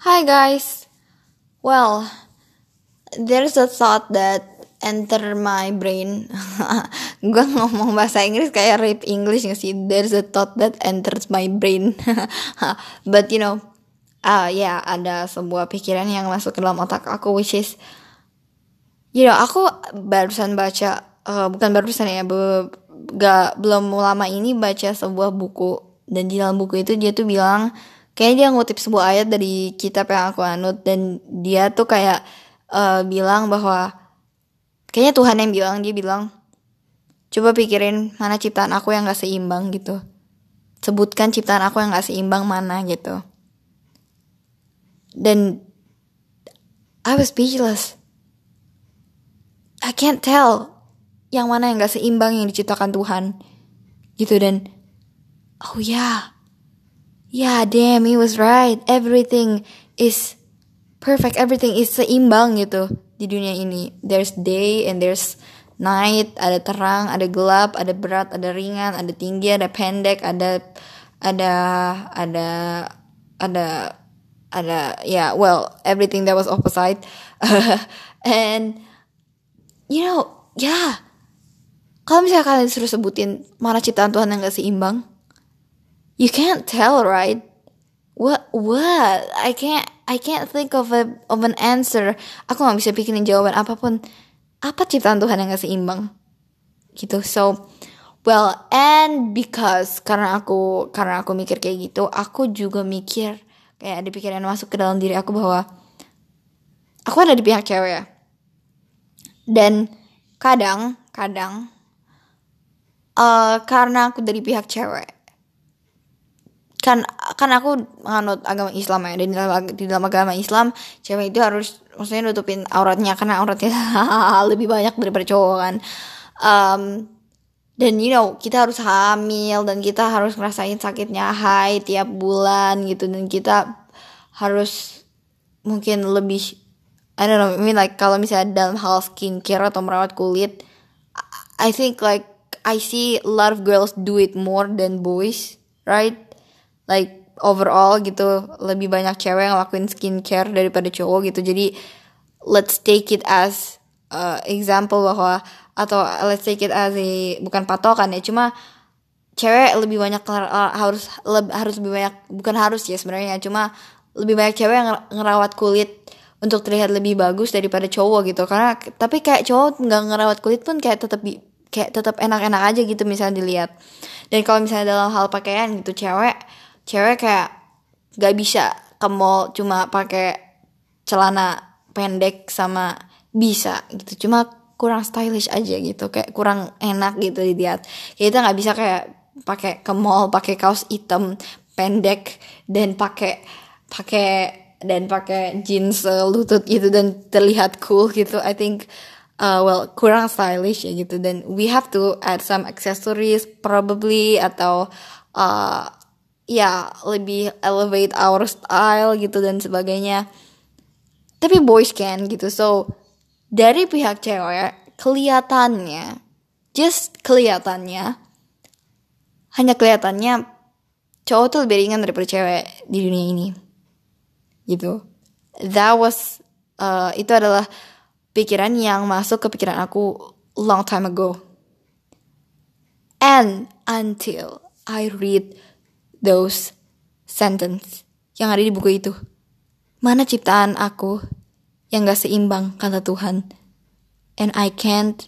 Hi guys. Well, there's a thought that enter my brain. Gue ngomong bahasa Inggris kayak rap English gak sih? There's a thought that enters my brain. But ada sebuah pikiran yang masuk ke dalam otak aku, which is, aku barusan baca, bukan barusan ya, belum lama ini baca sebuah buku. Dan di dalam buku itu dia tuh bilang, kayaknya dia ngutip sebuah ayat dari kitab yang aku anut, dan dia tuh kayak bilang bahwa kayaknya Tuhan yang bilang, dia bilang, coba pikirin mana ciptaan aku yang gak seimbang gitu. Sebutkan ciptaan aku yang gak seimbang mana gitu. Dan I was speechless. I can't tell yang mana yang gak seimbang yang diciptakan Tuhan gitu. Dan oh yeah, damn, he was right. Everything is perfect. Everything is seimbang gitu di dunia ini. There's day and there's night. Ada terang, ada gelap, ada berat, ada ringan, ada tinggi, ada pendek, ada everything that was opposite. And kalau misalnya kalian suruh sebutin mana ciptaan Tuhan yang gak seimbang, you can't tell, right? What? I can't think of an answer. Aku gak bisa pikirin jawaban apapun. Apa ciptaan Tuhan yang gak seimbang? Gitu. So, and because karena aku mikir kayak gitu, aku juga mikir kayak ada pikiran masuk ke dalam diri aku bahwa aku ada di pihak cewek ya. Dan kadang karena aku dari pihak cewek, kan aku menganut agama Islam ya, dan di dalam agama Islam cewek itu harus maksudnya nutupin auratnya karena auratnya lebih banyak daripada cowok kan. Dan kita harus hamil dan kita harus ngerasain sakitnya haid tiap bulan gitu, dan kita harus mungkin lebih, I don't know, I mean like kalau misalnya dalam hal skincare atau merawat kulit, I think like I see a lot of girls do it more than boys, right? Like overall gitu, lebih banyak cewek yang lakuin skincare daripada cowok gitu. Jadi let's take it as example bahwa, atau let's take it as bukan patokan ya, cuma cewek lebih banyak harus lebih banyak, bukan harus ya sebenarnya, cuma lebih banyak cewek yang ngerawat kulit untuk terlihat lebih bagus daripada cowok gitu. Karena tapi kayak cowok nggak ngerawat kulit pun kayak tetap enak-enak aja gitu misalnya dilihat. Dan kalau misalnya dalam hal pakaian gitu, cewek kayak nggak bisa ke mall cuma pakai celana pendek sama bisa gitu, cuma kurang stylish aja gitu, kayak kurang enak gitu dilihat. Kita nggak bisa kayak pakai ke mall pakai kaos hitam pendek dan pakai jeans lutut gitu dan terlihat cool gitu. I think kurang stylish ya gitu. Dan we have to add some accessories probably, atau lebih elevate our style gitu dan sebagainya. Tapi boys can gitu. So dari pihak cewek kelihatannya hanya kelihatannya cowok tuh lebih ringan daripada cewek di dunia ini gitu. Itu adalah pikiran yang masuk ke pikiran aku long time ago. And until I read those sentence yang ada di buku itu, mana ciptaan aku yang gak seimbang, kata Tuhan. And I can't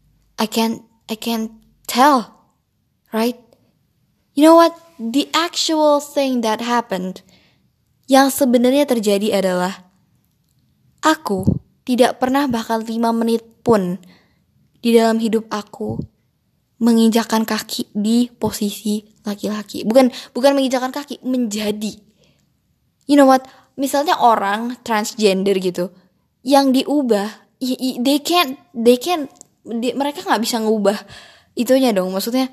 tell, right? You know what? The actual thing that happened, yang sebenarnya terjadi adalah aku tidak pernah bahkan 5 menit pun di dalam hidup aku menginjakkan kaki di posisi laki-laki. Bukan menginjakkan kaki, menjadi. You know what? Misalnya orang transgender gitu, yang diubah, mereka nggak bisa ngubah itunya dong. Maksudnya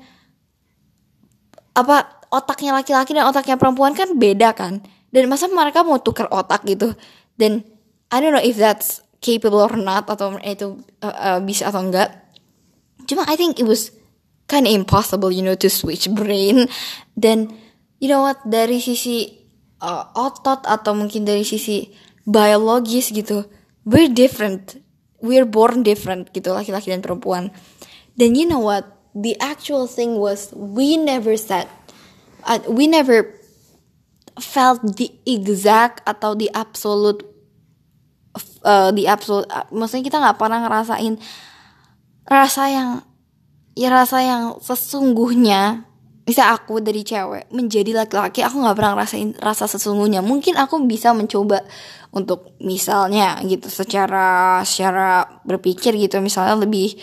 apa, otaknya laki-laki dan otaknya perempuan kan beda kan. Dan masa mereka mau tukar otak gitu. Dan I don't know if that's capable or not, atau itu bisa atau enggak. Cuma I think it was kind of impossible, to switch brain. Dan you know what, dari sisi otot atau mungkin dari sisi biologis gitu, we're different, we're born different gitu, laki-laki dan perempuan. Dan you know what, the actual thing was we never felt the exact atau the absolute maksudnya kita nggak pernah ngerasain rasa yang sesungguhnya. Bisa aku dari cewek menjadi laki-laki, aku nggak pernah ngerasain rasa sesungguhnya. Mungkin aku bisa mencoba untuk misalnya gitu secara berpikir gitu, misalnya lebih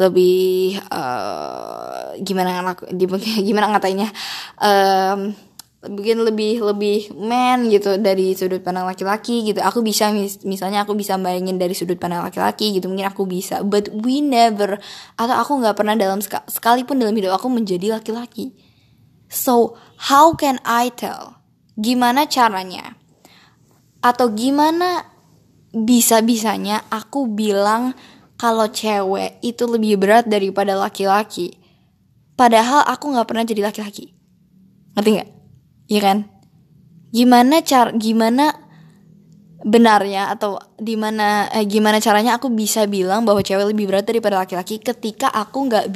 gimana ngatainnya, mungkin lebih man gitu dari sudut pandang laki-laki gitu. Aku bisa misalnya aku bisa bayangin dari sudut pandang laki-laki gitu, mungkin aku bisa, but we never, atau aku nggak pernah sekalipun dalam hidup aku menjadi laki-laki. So how can I tell, gimana caranya atau gimana bisa-bisanya aku bilang kalau cewek itu lebih berat daripada laki-laki, padahal aku nggak pernah jadi laki-laki. Ngerti nggak? Iya kan? Gimana benarnya atau gimana caranya aku bisa bilang bahwa cewek lebih berat daripada laki-laki ketika aku nggak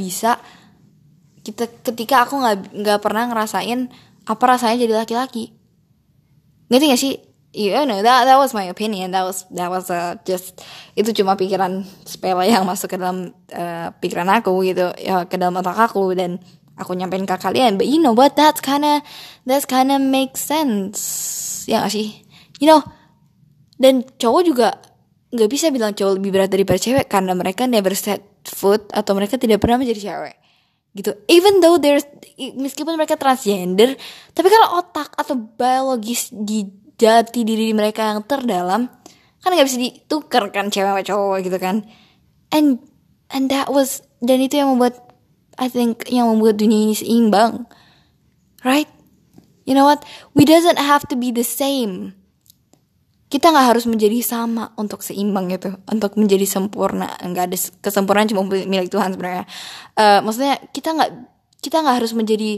aku nggak pernah ngerasain apa rasanya jadi laki-laki. Ngerti nggak sih? No, that was my opinion. That was just, itu cuma pikiran sepele yang masuk ke dalam pikiran aku gitu, ya, ke dalam otak aku, dan aku nyampein ke kalian. But you know what, that's kinda make sense, ya gak sih? Dan cowok juga gak bisa bilang cowok lebih berat daripada cewek karena mereka never set foot atau mereka tidak pernah menjadi cewek gitu. Even though meskipun mereka transgender, tapi kalau otak atau biologis di jati diri mereka yang terdalam kan gak bisa ditukar kan, cewek cowok gitu kan. And dan itu yang membuat, I think, yang membuat dunia ini seimbang, right? You know what, we doesn't have to be the same. Kita gak harus menjadi sama untuk seimbang gitu, untuk menjadi sempurna. Gak ada kesempurnaan, cuma milik Tuhan sebenarnya. Maksudnya kita gak harus menjadi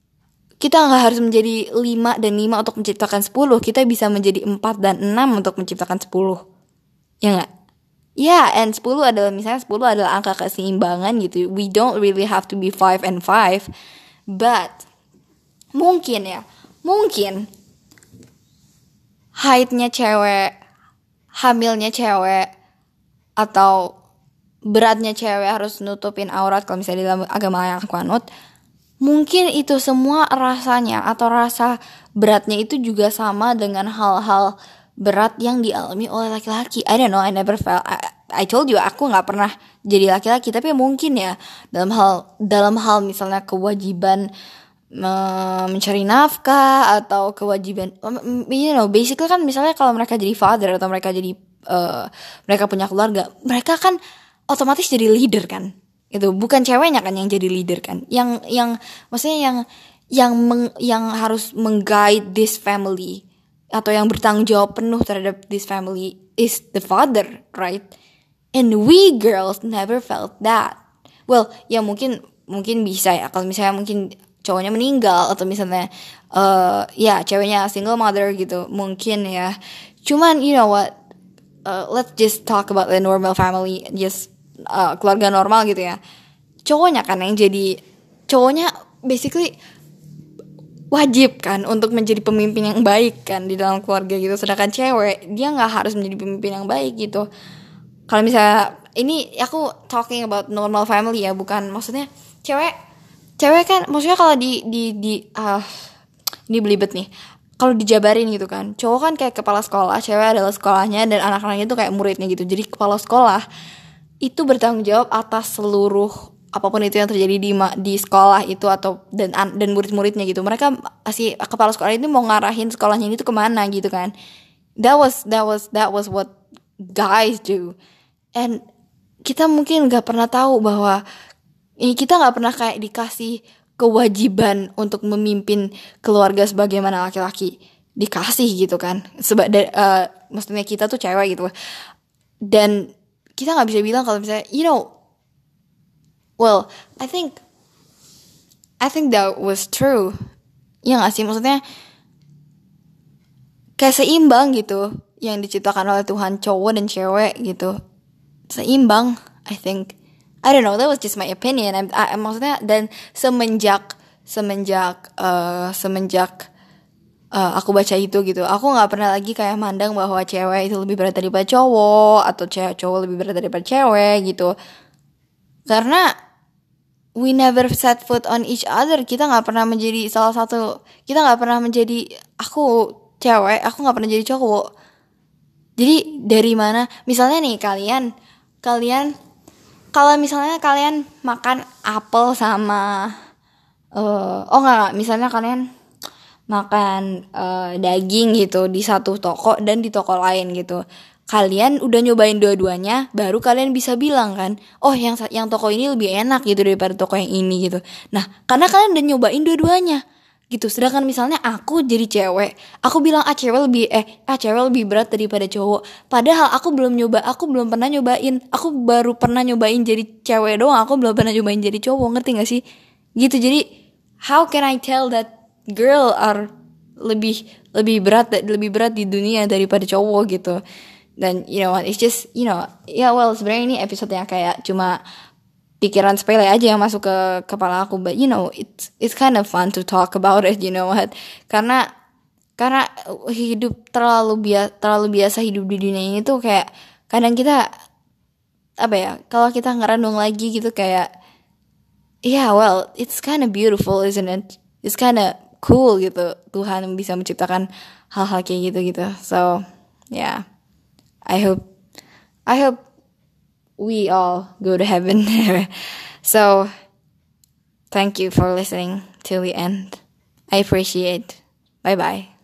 5 dan 5 untuk menciptakan 10. Kita bisa menjadi 4 dan 6 untuk menciptakan 10. Ya gak? Ya, and 10 adalah, misalnya 10 adalah angka keseimbangan gitu. We don't really have to be 5 and 5. But mungkin height-nya cewek, hamilnya cewek, atau beratnya cewek harus nutupin aurat kalau misalnya dalam agama yang aku anut. Mungkin itu semua rasanya atau rasa beratnya itu juga sama dengan hal-hal berat yang dialami oleh laki-laki. I don't know, I never felt, I told you, aku gak pernah jadi laki-laki. Tapi mungkin ya dalam hal misalnya kewajiban mencari nafkah atau kewajiban, basically kan, misalnya kalau mereka jadi father atau mereka jadi mereka punya keluarga, mereka kan otomatis jadi leader kan. Itu bukan ceweknya kan yang jadi leader kan, yang maksudnya yang harus mengguide this family atau yang bertanggung jawab penuh terhadap this family is the father, right? And we girls never felt that. Well, ya mungkin bisa ya kalau misalnya mungkin cowoknya meninggal atau misalnya ya ceweknya single mother gitu, mungkin ya. Cuman you know what, let's just talk about the normal family, just keluarga normal gitu ya. Cowoknya kan yang jadi, cowoknya basically wajib kan untuk menjadi pemimpin yang baik kan di dalam keluarga gitu. Sedangkan cewek, dia gak harus menjadi pemimpin yang baik gitu. Kalau misalnya, ini aku talking about normal family ya, bukan maksudnya cewek kan, maksudnya kalau di belibet nih, kalau dijabarin gitu kan, cowok kan kayak kepala sekolah, cewek adalah sekolahnya, dan anak-anaknya itu kayak muridnya gitu. Jadi kepala sekolah itu bertanggung jawab atas seluruh apapun itu yang terjadi di sekolah itu, atau dan murid-muridnya gitu. Mereka kepala sekolah itu mau ngarahin sekolahnya itu kemana gitu kan. That was what guys do. And kita mungkin nggak pernah tahu bahwa kita nggak pernah kayak dikasih kewajiban untuk memimpin keluarga sebagaimana laki-laki dikasih gitu kan. Maksudnya kita tuh cewek gitu, dan kita nggak bisa bilang kalau misalnya well, I think that was true. Ya nggak sih, maksudnya kayak seimbang gitu yang diciptakan oleh Tuhan, cowok dan cewek gitu. Seimbang, I think. I don't know, that was just my opinion. Maksudnya, dan semenjak aku baca itu gitu, aku nggak pernah lagi kayak mandang bahwa cewek itu lebih berat daripada cowok atau cowok lebih berat daripada cewek gitu. Karena we never set foot on each other. Kita nggak pernah menjadi salah satu. Kita nggak pernah menjadi aku cewek, aku nggak pernah jadi cowok. Jadi dari mana? Misalnya nih kalian kalau misalnya kalian makan apel sama enggak, misalnya kalian makan daging gitu di satu toko dan di toko lain gitu. Kalian udah nyobain dua-duanya, baru kalian bisa bilang kan, oh yang toko ini lebih enak gitu daripada toko yang ini gitu. Nah, karena kalian udah nyobain dua-duanya gitu. Sedangkan misalnya aku jadi cewek, aku bilang cewek lebih berat daripada cowok. Padahal aku belum pernah nyobain. Aku baru pernah nyobain jadi cewek doang, aku belum pernah nyobain jadi cowok, ngerti gak sih? Gitu. Jadi how can I tell that girl are lebih berat di dunia daripada cowok gitu. Dan you know what, it's just sebenarnya ini episode yang kayak cuma pikiran sepele aja yang masuk ke kepala aku, but it's kind of fun to talk about it, you know what, karena hidup terlalu biasa hidup di dunia ini tuh kayak kadang kita kalau kita ngerenung lagi gitu kayak it's kind of beautiful, isn't it? It's kind of cool gitu, Tuhan bisa menciptakan hal-hal kayak gitu. So yeah, I hope we all go to heaven. So thank you for listening till the end. I appreciate. Bye bye.